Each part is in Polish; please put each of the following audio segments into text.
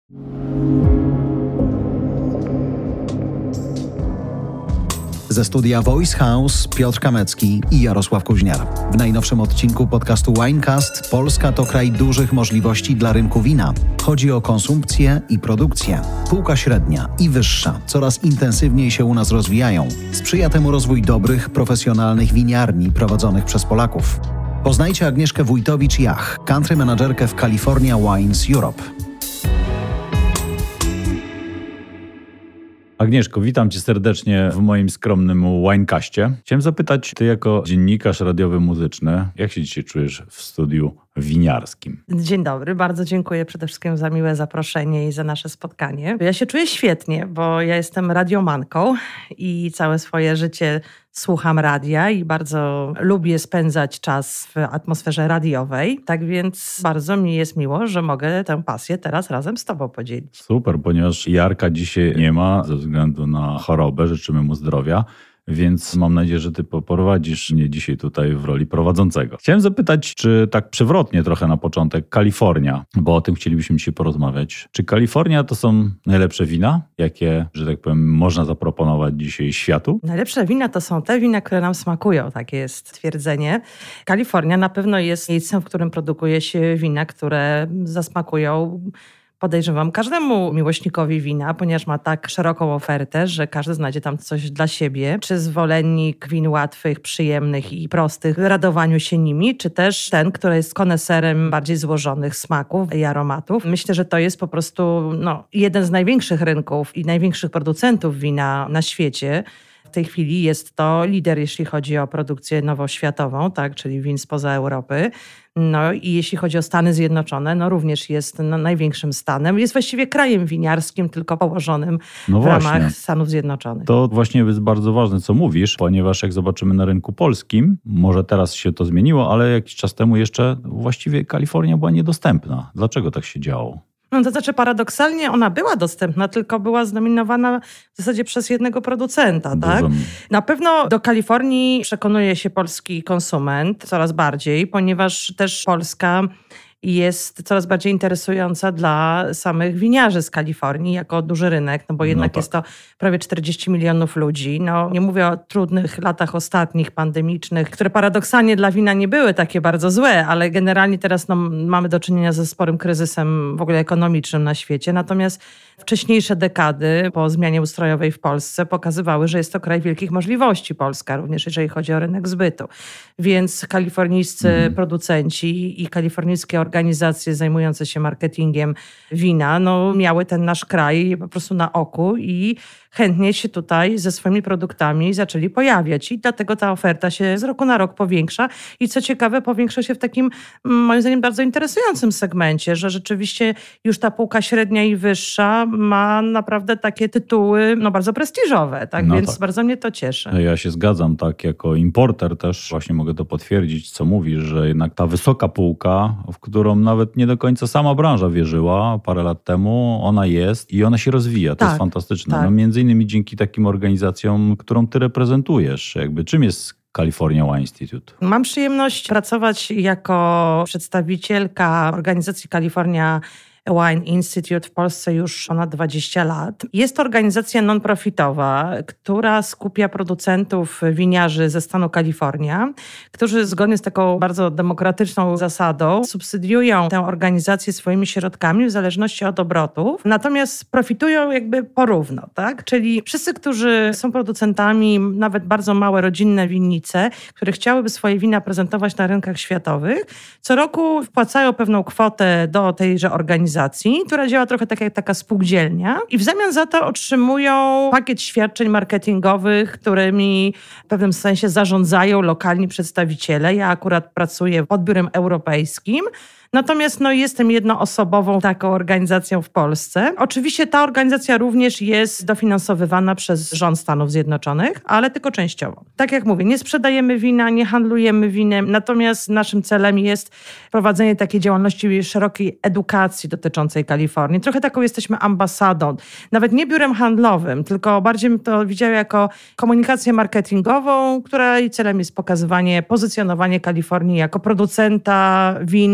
Ze studia Voice House Piotr Kamecki i Jarosław Kuźniar. W najnowszym odcinku podcastu Winecast Polska to kraj dużych możliwości dla rynku wina. Chodzi o konsumpcję i produkcję. Półka średnia i wyższa coraz intensywniej się u nas rozwijają. Sprzyja temu rozwój dobrych, profesjonalnych winiarni prowadzonych przez Polaków. Poznajcie Agnieszkę Wójtowicz-Jach, country managerkę w California Wines Europe. Agnieszko, witam Cię serdecznie w moim skromnym Winecaście. Chciałem zapytać, Ty jako dziennikarz radiowy muzyczny, jak się dzisiaj czujesz w studiu winiarskim? Dzień dobry, bardzo dziękuję przede wszystkim za miłe zaproszenie i za nasze spotkanie. Ja się czuję świetnie, bo ja jestem radiomanką i całe swoje życie słucham radia i bardzo lubię spędzać czas w atmosferze radiowej. Tak więc bardzo mi jest miło, że mogę tę pasję teraz razem z Tobą podzielić. Super, ponieważ Jarka dzisiaj nie ma ze względu na chorobę, życzymy mu zdrowia. Więc mam nadzieję, że Ty poprowadzisz mnie dzisiaj tutaj w roli prowadzącego. Chciałem zapytać, czy tak przewrotnie trochę na początek, Kalifornia, bo o tym chcielibyśmy dzisiaj porozmawiać. Czy Kalifornia to są najlepsze wina, jakie, że tak powiem, można zaproponować dzisiaj światu? Najlepsze wina to są te wina, które nam smakują, takie jest stwierdzenie. Kalifornia na pewno jest miejscem, w którym produkuje się wina, które zasmakują, podejrzewam, każdemu miłośnikowi wina, ponieważ ma tak szeroką ofertę, że każdy znajdzie tam coś dla siebie. Czy zwolennik win łatwych, przyjemnych i prostych w radowaniu się nimi, czy też ten, który jest koneserem bardziej złożonych smaków i aromatów. Myślę, że to jest po prostu jeden z największych rynków i największych producentów wina na świecie. W tej chwili jest to lider, jeśli chodzi o produkcję nowoświatową, tak, czyli win spoza Europy. No i jeśli chodzi o Stany Zjednoczone, również jest największym stanem. Jest właściwie krajem winiarskim, tylko położonym w ramach Stanów Zjednoczonych. To właśnie jest bardzo ważne, co mówisz, ponieważ jak zobaczymy na rynku polskim, może teraz się to zmieniło, ale jakiś czas temu jeszcze właściwie Kalifornia była niedostępna. Dlaczego tak się działo? To znaczy paradoksalnie ona była dostępna, tylko była zdominowana w zasadzie przez jednego producenta. Tak? Na pewno do Kalifornii przekonuje się polski konsument coraz bardziej, ponieważ też Polska jest coraz bardziej interesująca dla samych winiarzy z Kalifornii jako duży rynek, bo jednak jest to prawie 40 milionów ludzi. Nie mówię o trudnych latach ostatnich, pandemicznych, które paradoksalnie dla wina nie były takie bardzo złe, ale generalnie teraz mamy do czynienia ze sporym kryzysem w ogóle ekonomicznym na świecie. Natomiast wcześniejsze dekady po zmianie ustrojowej w Polsce pokazywały, że jest to kraj wielkich możliwości, Polska, również jeżeli chodzi o rynek zbytu. Więc kalifornijscy producenci i kalifornijskie organizacje zajmujące się marketingiem wina, miały ten nasz kraj po prostu na oku i chętnie się tutaj ze swoimi produktami zaczęli pojawiać. I dlatego ta oferta się z roku na rok powiększa. I co ciekawe, powiększa się w takim, moim zdaniem, bardzo interesującym segmencie, że rzeczywiście już ta półka średnia i wyższa ma naprawdę takie tytuły bardzo prestiżowe. Tak? Więc bardzo mnie to cieszy. Ja się zgadzam, tak jako importer też właśnie mogę to potwierdzić, co mówisz, że jednak ta wysoka półka, w którą nawet nie do końca sama branża wierzyła parę lat temu, ona jest i ona się rozwija. To jest fantastyczne. Tak. Między innymi dzięki takim organizacjom, którą ty reprezentujesz. Czym jest California Wine Institute? Mam przyjemność pracować jako przedstawicielka organizacji California Wine Institute w Polsce już ponad 20 lat. Jest to organizacja non-profitowa, która skupia producentów winiarzy ze stanu Kalifornia, którzy zgodnie z taką bardzo demokratyczną zasadą subsydiują tę organizację swoimi środkami w zależności od obrotów, natomiast profitują jakby porówno, tak? Czyli wszyscy, którzy są producentami, nawet bardzo małe rodzinne winnice, które chciałyby swoje wina prezentować na rynkach światowych, co roku wpłacają pewną kwotę do tejże organizacji, która działa trochę tak jak taka spółdzielnia i w zamian za to otrzymują pakiet świadczeń marketingowych, którymi w pewnym sensie zarządzają lokalni przedstawiciele. Ja akurat pracuję pod biurem europejskim. Natomiast jestem jednoosobową taką organizacją w Polsce. Oczywiście ta organizacja również jest dofinansowywana przez rząd Stanów Zjednoczonych, ale tylko częściowo. Tak jak mówię, nie sprzedajemy wina, nie handlujemy winem, natomiast naszym celem jest prowadzenie takiej działalności szerokiej edukacji dotyczącej Kalifornii. Trochę taką jesteśmy ambasadą, nawet nie biurem handlowym, tylko bardziej bym to widziała jako komunikację marketingową, której celem jest pokazywanie, pozycjonowanie Kalifornii jako producenta win liczącego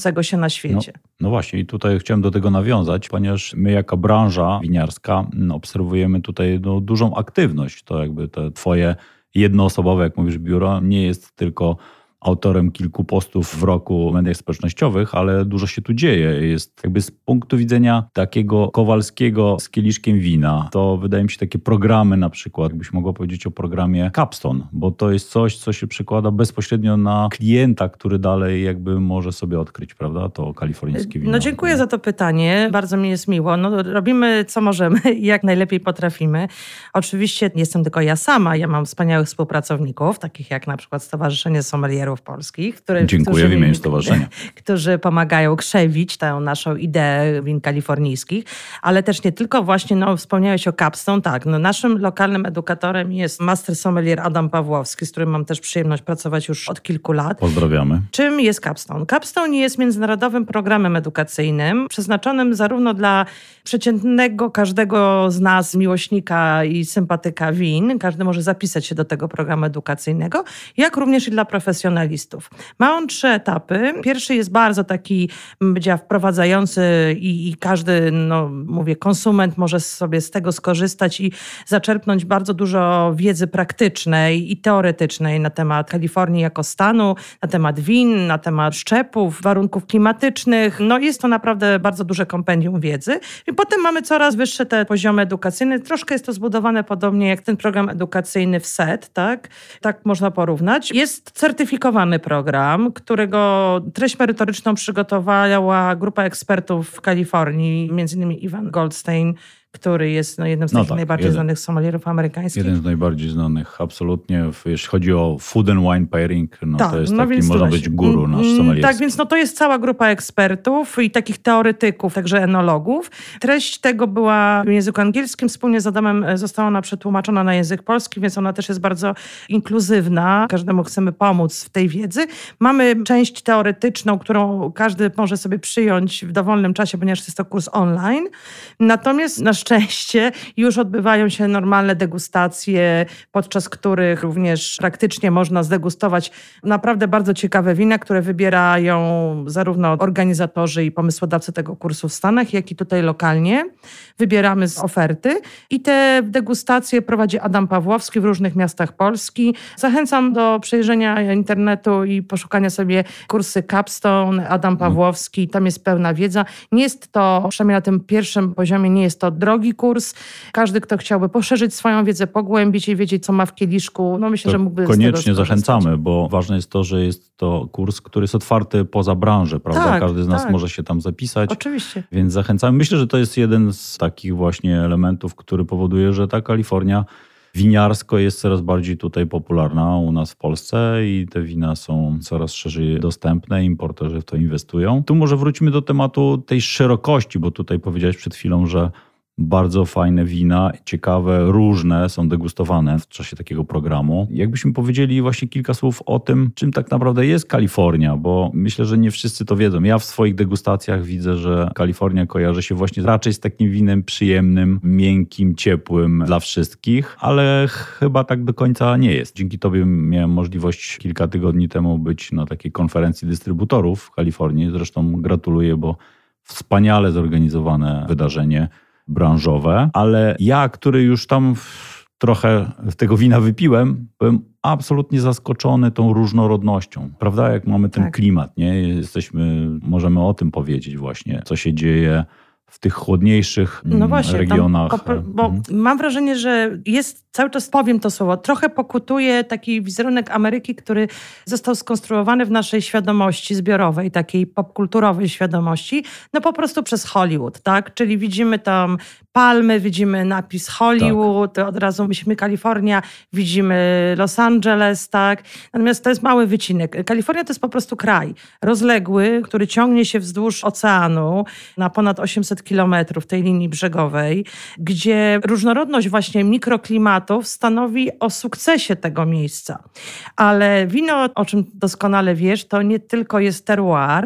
rozwijającego się na świecie. No właśnie i tutaj chciałem do tego nawiązać, ponieważ my jako branża winiarska obserwujemy tutaj dużą aktywność. To jakby te twoje jednoosobowe, jak mówisz, biuro nie jest tylko autorem kilku postów w roku w mediach społecznościowych, ale dużo się tu dzieje. Jest jakby z punktu widzenia takiego Kowalskiego z kieliszkiem wina, to wydaje mi się takie programy na przykład, jakbyś mogła powiedzieć o programie Capstone, bo to jest coś, co się przekłada bezpośrednio na klienta, który dalej jakby może sobie odkryć, prawda, to kalifornijskie wino. No dziękuję za to pytanie, bardzo mi jest miło. No, robimy co możemy i jak najlepiej potrafimy. Oczywiście jestem tylko ja sama, ja mam wspaniałych współpracowników, takich jak na przykład Stowarzyszenie Sommelierów Polskich, Dziękuję w imieniu stowarzyszenia. Którzy pomagają krzewić tę naszą ideę win kalifornijskich, ale też nie tylko właśnie, wspomniałeś o Capstone, tak, naszym lokalnym edukatorem jest master sommelier Adam Pawłowski, z którym mam też przyjemność pracować już od kilku lat. Pozdrawiamy. Czym jest Capstone? Capstone jest międzynarodowym programem edukacyjnym, przeznaczonym zarówno dla przeciętnego każdego z nas, miłośnika i sympatyka win, każdy może zapisać się do tego programu edukacyjnego, jak również i dla profesjonalistów. Ma on 3 etapy. Pierwszy jest bardzo taki, bym powiedziała, wprowadzający i każdy, konsument może sobie z tego skorzystać i zaczerpnąć bardzo dużo wiedzy praktycznej i teoretycznej na temat Kalifornii jako stanu, na temat win, na temat szczepów, warunków klimatycznych. Jest to naprawdę bardzo duże kompendium wiedzy. I potem mamy coraz wyższe te poziomy edukacyjne. Troszkę jest to zbudowane podobnie jak ten program edukacyjny w SET, tak? Tak można porównać. Jest certyfikowany program, którego treść merytoryczną przygotowała grupa ekspertów w Kalifornii, m.in. Ivan Goldstein, który jest jednym z takich najbardziej znanych sommelierów amerykańskich. Jeden z najbardziej znanych, absolutnie. Jeśli chodzi o food and wine pairing, to jest taki, można być guru nasz sommelierski. Tak, więc to jest cała grupa ekspertów i takich teoretyków, także enologów. Treść tego była w języku angielskim, wspólnie z Adamem została ona przetłumaczona na język polski, więc ona też jest bardzo inkluzywna. Każdemu chcemy pomóc w tej wiedzy. Mamy część teoretyczną, którą każdy może sobie przyjąć w dowolnym czasie, ponieważ jest to kurs online. Natomiast na szczęście już odbywają się normalne degustacje, podczas których również praktycznie można zdegustować naprawdę bardzo ciekawe wina, które wybierają zarówno organizatorzy i pomysłodawcy tego kursu w Stanach, jak i tutaj lokalnie. Wybieramy z oferty i te degustacje prowadzi Adam Pawłowski w różnych miastach Polski. Zachęcam do przejrzenia internetu i poszukania sobie kursy Capstone, Adam Pawłowski, tam jest pełna wiedza. Nie jest to, przynajmniej na tym pierwszym poziomie, nie jest to drogi kurs. Każdy, kto chciałby poszerzyć swoją wiedzę, pogłębić i wiedzieć, co ma w kieliszku, myślę, że mógłby koniecznie zachęcamy, bo ważne jest to, że jest to kurs, który jest otwarty poza branżę, prawda? Tak, każdy z nas może się tam zapisać. Oczywiście. Więc zachęcamy. Myślę, że to jest jeden z takich właśnie elementów, który powoduje, że ta Kalifornia winiarsko jest coraz bardziej tutaj popularna u nas w Polsce i te wina są coraz szerzej dostępne, importerzy w to inwestują. Tu może wrócimy do tematu tej szerokości, bo tutaj powiedziałeś przed chwilą, że bardzo fajne wina, ciekawe, różne są degustowane w czasie takiego programu. Jakbyśmy powiedzieli właśnie kilka słów o tym, czym tak naprawdę jest Kalifornia, bo myślę, że nie wszyscy to wiedzą. Ja w swoich degustacjach widzę, że Kalifornia kojarzy się właśnie raczej z takim winem przyjemnym, miękkim, ciepłym dla wszystkich, ale chyba tak do końca nie jest. Dzięki tobie miałem możliwość kilka tygodni temu być na takiej konferencji dystrybutorów w Kalifornii. Zresztą gratuluję, bo wspaniale zorganizowane wydarzenie branżowe, ale ja, który już tam trochę tego wina wypiłem, byłem absolutnie zaskoczony tą różnorodnością. Prawda? Jak mamy ten klimat, nie? Możemy o tym powiedzieć właśnie, co się dzieje w tych chłodniejszych regionach. Bo mam wrażenie, że jest cały czas, powiem to słowo, trochę pokutuje taki wizerunek Ameryki, który został skonstruowany w naszej świadomości zbiorowej, takiej popkulturowej świadomości, po prostu przez Hollywood, tak? Czyli widzimy tam palmy, widzimy napis Hollywood, od razu myślimy Kalifornia, widzimy Los Angeles, tak? Natomiast to jest mały wycinek. Kalifornia to jest po prostu kraj rozległy, który ciągnie się wzdłuż oceanu na ponad 800 kilometrów tej linii brzegowej, gdzie różnorodność właśnie mikroklimatów stanowi o sukcesie tego miejsca. Ale wino, o czym doskonale wiesz, to nie tylko jest terroir,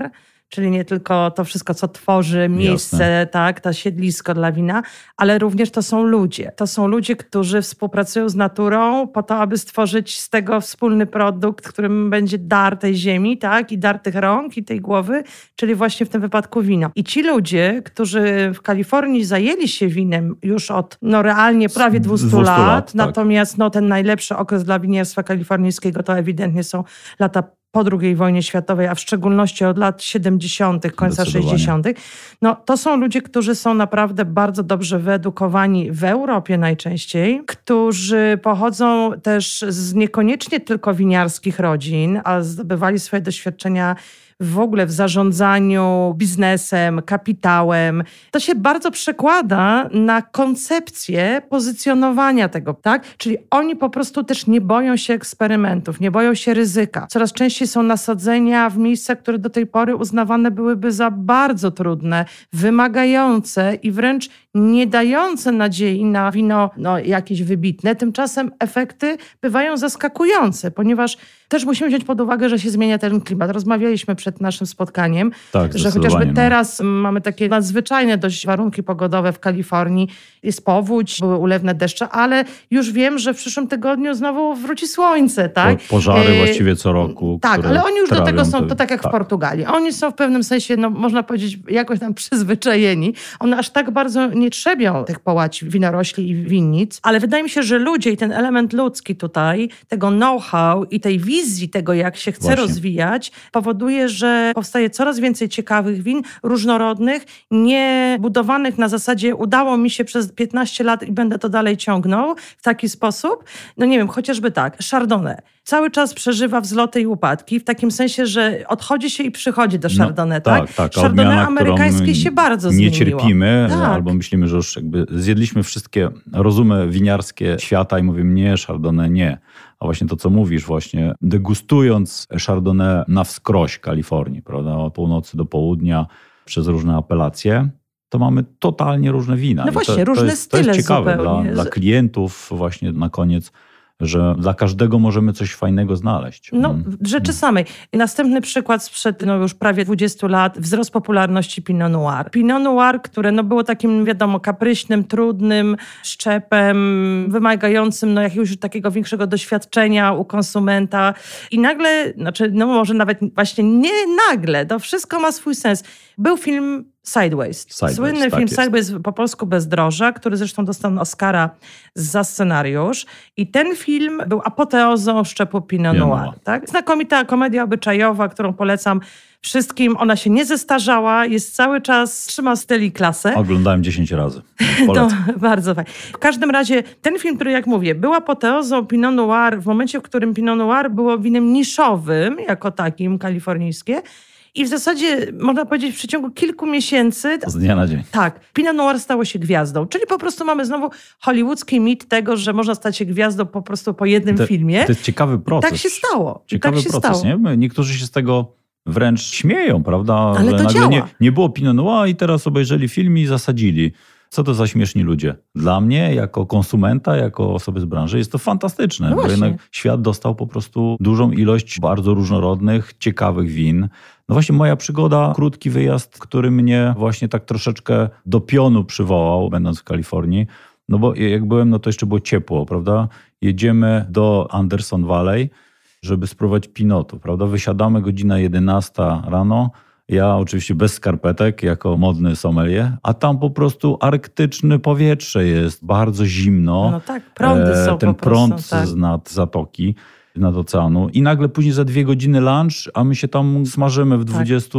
czyli nie tylko to wszystko, co tworzy miejsce, tak, to siedlisko dla wina, ale również to są ludzie. To są ludzie, którzy współpracują z naturą po to, aby stworzyć z tego wspólny produkt, którym będzie dar tej ziemi, tak, i dar tych rąk i tej głowy, czyli właśnie w tym wypadku wino. I ci ludzie, którzy w Kalifornii zajęli się winem już od realnie prawie 200 lat, tak. Natomiast ten najlepszy okres dla winiarstwa kalifornijskiego to ewidentnie są lata po II wojnie światowej, a w szczególności od lat 70., końca 60. To są ludzie, którzy są naprawdę bardzo dobrze wyedukowani w Europie najczęściej, którzy pochodzą też z niekoniecznie tylko winiarskich rodzin, a zdobywali swoje doświadczenia w ogóle w zarządzaniu biznesem, kapitałem. To się bardzo przekłada na koncepcję pozycjonowania tego, tak? Czyli oni po prostu też nie boją się eksperymentów, nie boją się ryzyka. Coraz częściej są nasadzenia w miejscach, które do tej pory uznawane byłyby za bardzo trudne, wymagające i wręcz nie dające nadziei na wino jakieś wybitne. Tymczasem efekty bywają zaskakujące, ponieważ też musimy wziąć pod uwagę, że się zmienia ten klimat. Rozmawialiśmy przed naszym spotkaniem, że chociażby teraz mamy takie nadzwyczajne dość warunki pogodowe w Kalifornii. Jest powódź, były ulewne deszcze, ale już wiem, że w przyszłym tygodniu znowu wróci słońce, tak? Pożary właściwie co roku. Tak, ale oni już do tego są, to tak jak w Portugalii. Oni są w pewnym sensie, można powiedzieć, jakoś tam przyzwyczajeni. One aż tak bardzo nie trzebią tych połaci winorośli i winnic, ale wydaje mi się, że ludzie i ten element ludzki tutaj, tego know-how i tej wizji tego, jak się chce rozwijać, powoduje, że powstaje coraz więcej ciekawych win, różnorodnych, nie budowanych na zasadzie udało mi się przez 15 lat i będę to dalej ciągnął w taki sposób. Nie wiem, chociażby tak, Chardonnay. Cały czas przeżywa wzloty i upadki, w takim sensie, że odchodzi się i przychodzi do Chardonnay, tak? Chardonnay odmiana, amerykańskie się bardzo zmieniło. Nie cierpimy, albo myślimy, że już jakby zjedliśmy wszystkie rozumy winiarskie świata i mówimy nie, Chardonnay nie. A właśnie to, co mówisz, właśnie degustując Chardonnay na wskroś Kalifornii, prawda, od północy do południa przez różne apelacje, to mamy totalnie różne wina. Właśnie, różne style. To jest ciekawe dla klientów właśnie na koniec, że dla każdego możemy coś fajnego znaleźć. Rzeczy samej. Następny przykład sprzed już prawie 20 lat, wzrost popularności Pinot Noir. Pinot Noir, które było takim, wiadomo, kapryśnym, trudnym szczepem, wymagającym jakiegoś takiego większego doświadczenia u konsumenta. I nagle, może nawet właśnie nie nagle, to wszystko ma swój sens. Był film Sideways. Słynny film Sideways, po polsku Bezdroża, który zresztą dostał Oscara za scenariusz. I ten film był apoteozą szczepu Pinot Noir. Tak? Znakomita komedia obyczajowa, którą polecam wszystkim. Ona się nie zestarzała, jest cały czas, trzyma styl i klasę. Oglądałem 10 razy. Polecam. Bardzo fajnie. W każdym razie ten film, który jak mówię, był apoteozą Pinot Noir w momencie, w którym Pinot Noir było winem niszowym, jako takim kalifornijskie. I w zasadzie, można powiedzieć, w przeciągu kilku miesięcy... Z dnia na dzień. Tak. Pinot Noir stało się gwiazdą. Czyli po prostu mamy znowu hollywoodzki mit tego, że można stać się gwiazdą po prostu po jednym filmie. To jest ciekawy proces. I tak się stało. Ciekawy proces, nie? Niektórzy się z tego wręcz śmieją, prawda? Ale że to nagle działa. nie było Pinot Noir i teraz obejrzeli film i zasadzili. Co to za śmieszni ludzie? Dla mnie, jako konsumenta, jako osoby z branży, jest to fantastyczne, bo jednak świat dostał po prostu dużą ilość bardzo różnorodnych, ciekawych win. Właśnie moja przygoda, krótki wyjazd, który mnie właśnie tak troszeczkę do pionu przywołał, będąc w Kalifornii. Bo jak byłem, to jeszcze było ciepło, prawda? Jedziemy do Anderson Valley, żeby spróbować pinotu, prawda? Wysiadamy, godzina 11 rano. Ja oczywiście bez skarpetek, jako modny sommelier, a tam po prostu arktyczne powietrze jest, bardzo zimno. Prądy są ten po prostu. Ten prąd nad zatoki, nad oceanu. I nagle później za 2 godziny lunch, a my się tam smażymy w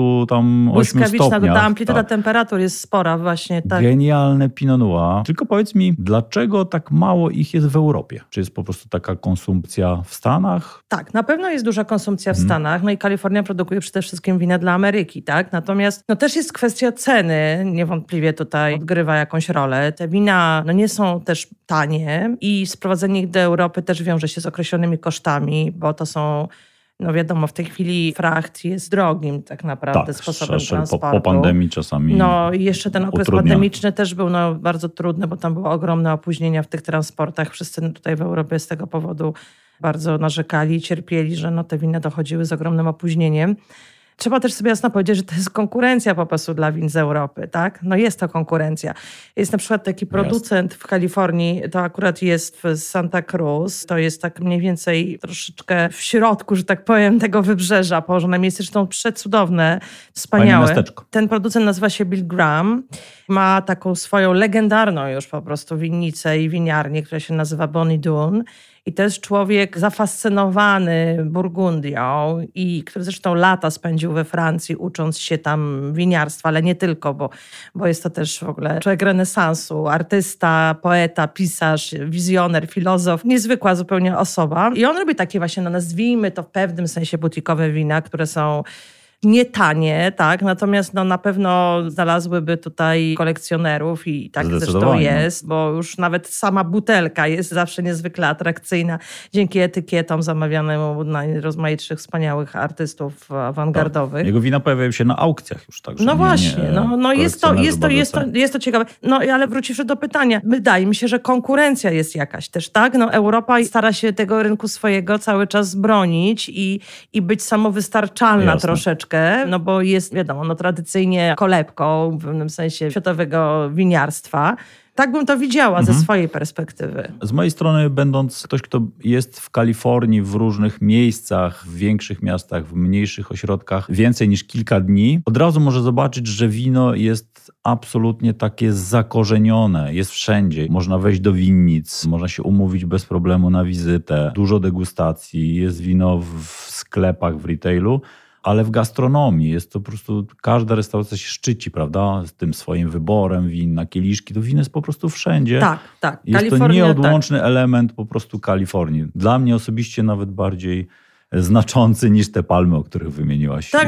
28 stopniach. Ta amplituda temperatur jest spora właśnie. Tak. Genialne Pinot Noir. Tylko powiedz mi, dlaczego tak mało ich jest w Europie? Czy jest po prostu taka konsumpcja w Stanach? Tak, na pewno jest duża konsumpcja w Stanach. I Kalifornia produkuje przede wszystkim wina dla Ameryki, tak? Natomiast też jest kwestia ceny, niewątpliwie tutaj odgrywa jakąś rolę. Te wina nie są też tanie i sprowadzenie ich do Europy też wiąże się z określonymi kosztami, bo to są, wiadomo, w tej chwili fracht jest drogim tak naprawdę sposobem transportu. Po pandemii czasami i jeszcze ten okres pandemiczny też był bardzo trudny, bo tam były ogromne opóźnienia w tych transportach. Wszyscy tutaj w Europie z tego powodu bardzo narzekali i cierpieli, że te wina dochodziły z ogromnym opóźnieniem. Trzeba też sobie jasno powiedzieć, że to jest konkurencja po prostu dla win z Europy, tak? No jest to konkurencja. Jest na przykład taki producent w Kalifornii, to akurat jest w Santa Cruz, to jest tak mniej więcej troszeczkę w środku, że tak powiem, tego wybrzeża położone miejsce, zresztą przecudowne, wspaniałe. Ten producent nazywa się Bill Graham, ma taką swoją legendarną już po prostu winnicę i winiarnię, która się nazywa Bonnie Doon. I to jest człowiek zafascynowany Burgundią i który zresztą lata spędził we Francji, ucząc się tam winiarstwa, ale nie tylko, bo jest to też w ogóle człowiek renesansu, artysta, poeta, pisarz, wizjoner, filozof, niezwykła zupełnie osoba. I on robi takie właśnie, nazwijmy to w pewnym sensie butikowe wina, które są nie tanie, tak, natomiast na pewno znalazłyby tutaj kolekcjonerów i tak zresztą jest, bo już nawet sama butelka jest zawsze niezwykle atrakcyjna dzięki etykietom zamawianym na rozmaitszych wspaniałych artystów awangardowych. Tak. Jego wina pojawiają się na aukcjach już także. No właśnie, jest to ciekawe. No ale wróciwszy do pytania, wydaje mi się, że konkurencja jest jakaś też, tak? No Europa stara się tego rynku swojego cały czas bronić i być samowystarczalna troszeczkę. No bo jest, wiadomo, tradycyjnie kolebką w pewnym sensie światowego winiarstwa. Tak bym to widziała ze swojej perspektywy. Z mojej strony, będąc ktoś, kto jest w Kalifornii, w różnych miejscach, w większych miastach, w mniejszych ośrodkach, więcej niż kilka dni, od razu może zobaczyć, że wino jest absolutnie takie zakorzenione. Jest wszędzie. Można wejść do winnic, można się umówić bez problemu na wizytę. Dużo degustacji, jest wino w sklepach, w retailu. Ale w gastronomii jest to po prostu, każda restauracja się szczyci, prawda, z tym swoim wyborem win na kieliszki. To wino jest po prostu wszędzie. Tak. Jest to nieodłączny element po prostu Kalifornii. Dla mnie osobiście nawet bardziej znaczący niż te palmy, o których wymieniłaś. Tak,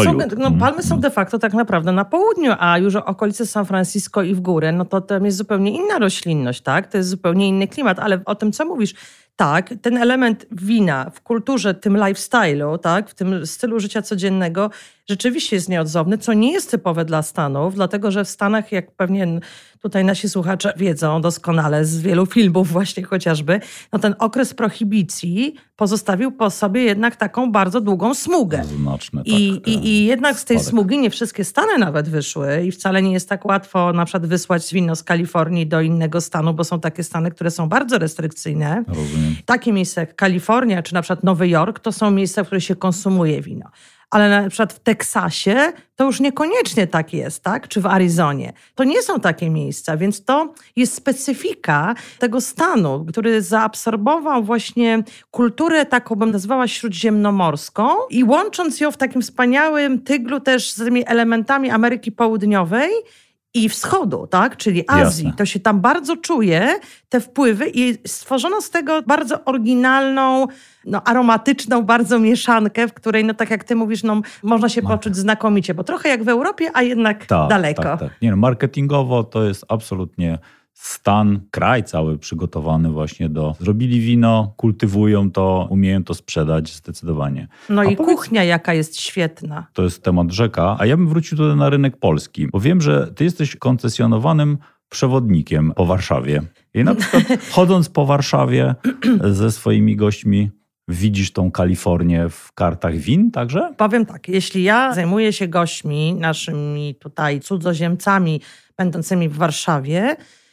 palmy są de facto tak naprawdę na południu, a już okolice San Francisco i w górę, no to tam jest zupełnie inna roślinność, tak? To jest zupełnie inny klimat, ale o tym, co mówisz, tak, ten element wina w kulturze, tym lifestyle'u, tak, w tym stylu życia codziennego rzeczywiście jest nieodzowny, co nie jest typowe dla Stanów, dlatego że w Stanach, jak pewnie tutaj nasi słuchacze wiedzą doskonale z wielu filmów właśnie chociażby, no ten okres prohibicji pozostawił po sobie jednak taką bardzo długą smugę. Znaczne, tak. I jednak z tej smugi nie wszystkie Stany nawet wyszły i wcale nie jest tak łatwo na przykład wysłać wino z Kalifornii do innego stanu, bo są takie stany, które są bardzo restrykcyjne. Rozumiem. Takie miejsca jak Kalifornia czy na przykład Nowy Jork to są miejsca, w których się konsumuje wino. Ale na przykład w Teksasie to już niekoniecznie tak jest, tak? Czy w Arizonie. To nie są takie miejsca, więc to jest specyfika tego stanu, który zaabsorbował właśnie kulturę taką, bym nazwała śródziemnomorską i łącząc ją w takim wspaniałym tyglu też z tymi elementami Ameryki Południowej i Wschodu, tak? Czyli Azji. Jasne. To się tam bardzo czuje, te wpływy i stworzono z tego bardzo oryginalną, aromatyczną bardzo mieszankę, w której, tak jak ty mówisz, można się poczuć znakomicie, bo trochę jak w Europie, a jednak daleko. Tak. Marketingowo to jest absolutnie stan, kraj cały przygotowany właśnie zrobili wino, kultywują to, umieją to sprzedać zdecydowanie. Kuchnia jaka jest świetna. To jest temat rzeka, a ja bym wrócił tutaj na rynek polski, bo wiem, że ty jesteś koncesjonowanym przewodnikiem po Warszawie. I na przykład chodząc po Warszawie ze swoimi gośćmi, widzisz tą Kalifornię w kartach win także? Powiem tak, jeśli ja zajmuję się gośćmi, naszymi tutaj cudzoziemcami będącymi w Warszawie,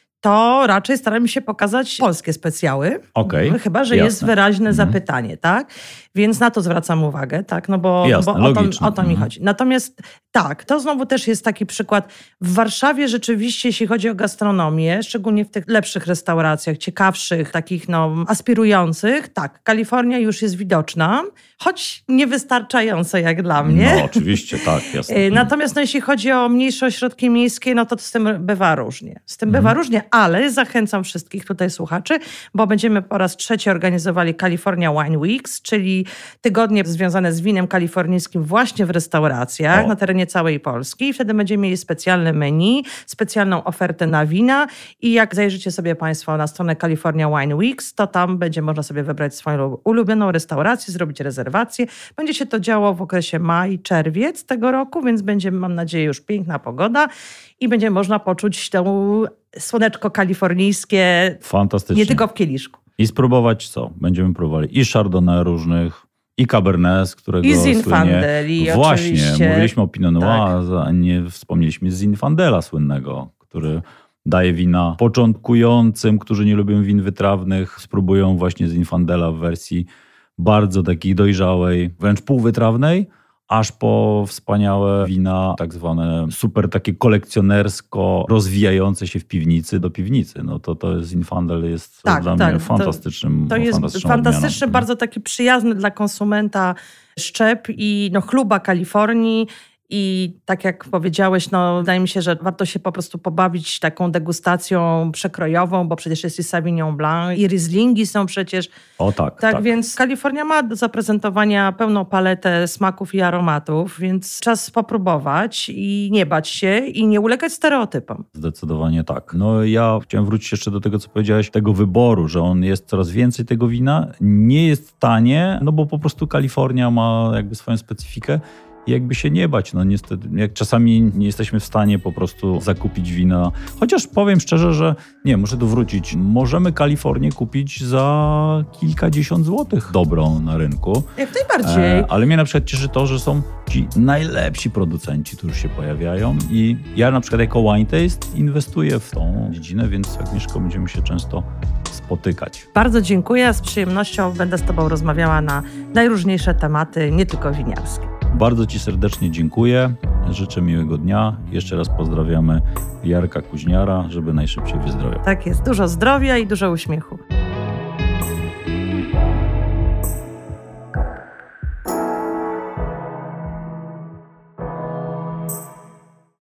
to raczej staramy się pokazać polskie specjały. Chyba że jest wyraźne zapytanie, tak? Więc na to zwracam uwagę, tak? Bo o to mi chodzi. Natomiast tak, to znowu też jest taki przykład. W Warszawie rzeczywiście, jeśli chodzi o gastronomię, szczególnie w tych lepszych restauracjach, ciekawszych, takich aspirujących, tak, Kalifornia już jest widoczna, choć niewystarczająco jak dla mnie. No oczywiście, tak, jasne. Natomiast jeśli chodzi o mniejsze ośrodki miejskie, to z tym bywa różnie. Ale zachęcam wszystkich tutaj słuchaczy, bo będziemy po raz 3 organizowali California Wine Weeks, czyli tygodnie związane z winem kalifornijskim właśnie w restauracjach na terenie całej Polski. I wtedy będziemy mieli specjalne menu, specjalną ofertę na wina i jak zajrzycie sobie Państwo na stronę California Wine Weeks, to tam będzie można sobie wybrać swoją ulubioną restaurację, zrobić rezerwację. Będzie się to działo w okresie maj-czerwiec tego roku, więc będzie, mam nadzieję, już piękna pogoda i będzie można poczuć to słoneczko kalifornijskie. Fantastycznie. Nie tylko w kieliszku. I spróbować co? Będziemy próbowali i Chardonnay różnych, I Cabernet, z którego I Zinfandeli, Właśnie, oczywiście. mówiliśmy o Pinot Noir, Tak. a nie wspomnieliśmy Zinfandela słynnego, który daje wina początkującym, którzy nie lubią win wytrawnych. Spróbują właśnie Zinfandela w wersji bardzo takiej dojrzałej, wręcz półwytrawnej, aż po wspaniałe wina, tak zwane super takie kolekcjonersko rozwijające się w piwnicy do piwnicy. No to jest Zinfandel jest dla mnie fantastycznym To jest fantastyczny, odmianą. bardzo taki przyjazny dla konsumenta szczep i chluba Kalifornii. I tak jak powiedziałeś, wydaje mi się, że warto się po prostu pobawić taką degustacją przekrojową, bo przecież jest i Sauvignon Blanc, i Rieslingi są przecież. O tak. Więc Kalifornia ma do zaprezentowania pełną paletę smaków i aromatów, więc czas popróbować i nie bać się i nie ulegać stereotypom. Zdecydowanie tak. Ja chciałem wrócić jeszcze do tego, co powiedziałeś, tego wyboru, że on jest coraz więcej tego wina. Nie jest tanie, bo po prostu Kalifornia ma jakby swoją specyfikę. I jakby się nie bać. Niestety, jak czasami nie jesteśmy w stanie po prostu zakupić wina. Chociaż powiem szczerze, że muszę tu wrócić. Możemy Kalifornię kupić za kilkadziesiąt złotych dobrą na rynku. Jak najbardziej. Ale mnie na przykład cieszy to, że są ci najlepsi producenci, którzy się pojawiają i ja na przykład jako Wine Taste inwestuję w tą dziedzinę, więc z Agnieszką będziemy się często spotykać. Bardzo dziękuję. Z przyjemnością będę z Tobą rozmawiała na najróżniejsze tematy, nie tylko winiarskie. Bardzo Ci serdecznie dziękuję. Życzę miłego dnia. Jeszcze raz pozdrawiamy Jarka Kuźniara, żeby najszybciej wyzdrowiał. Tak jest. Dużo zdrowia i dużo uśmiechu.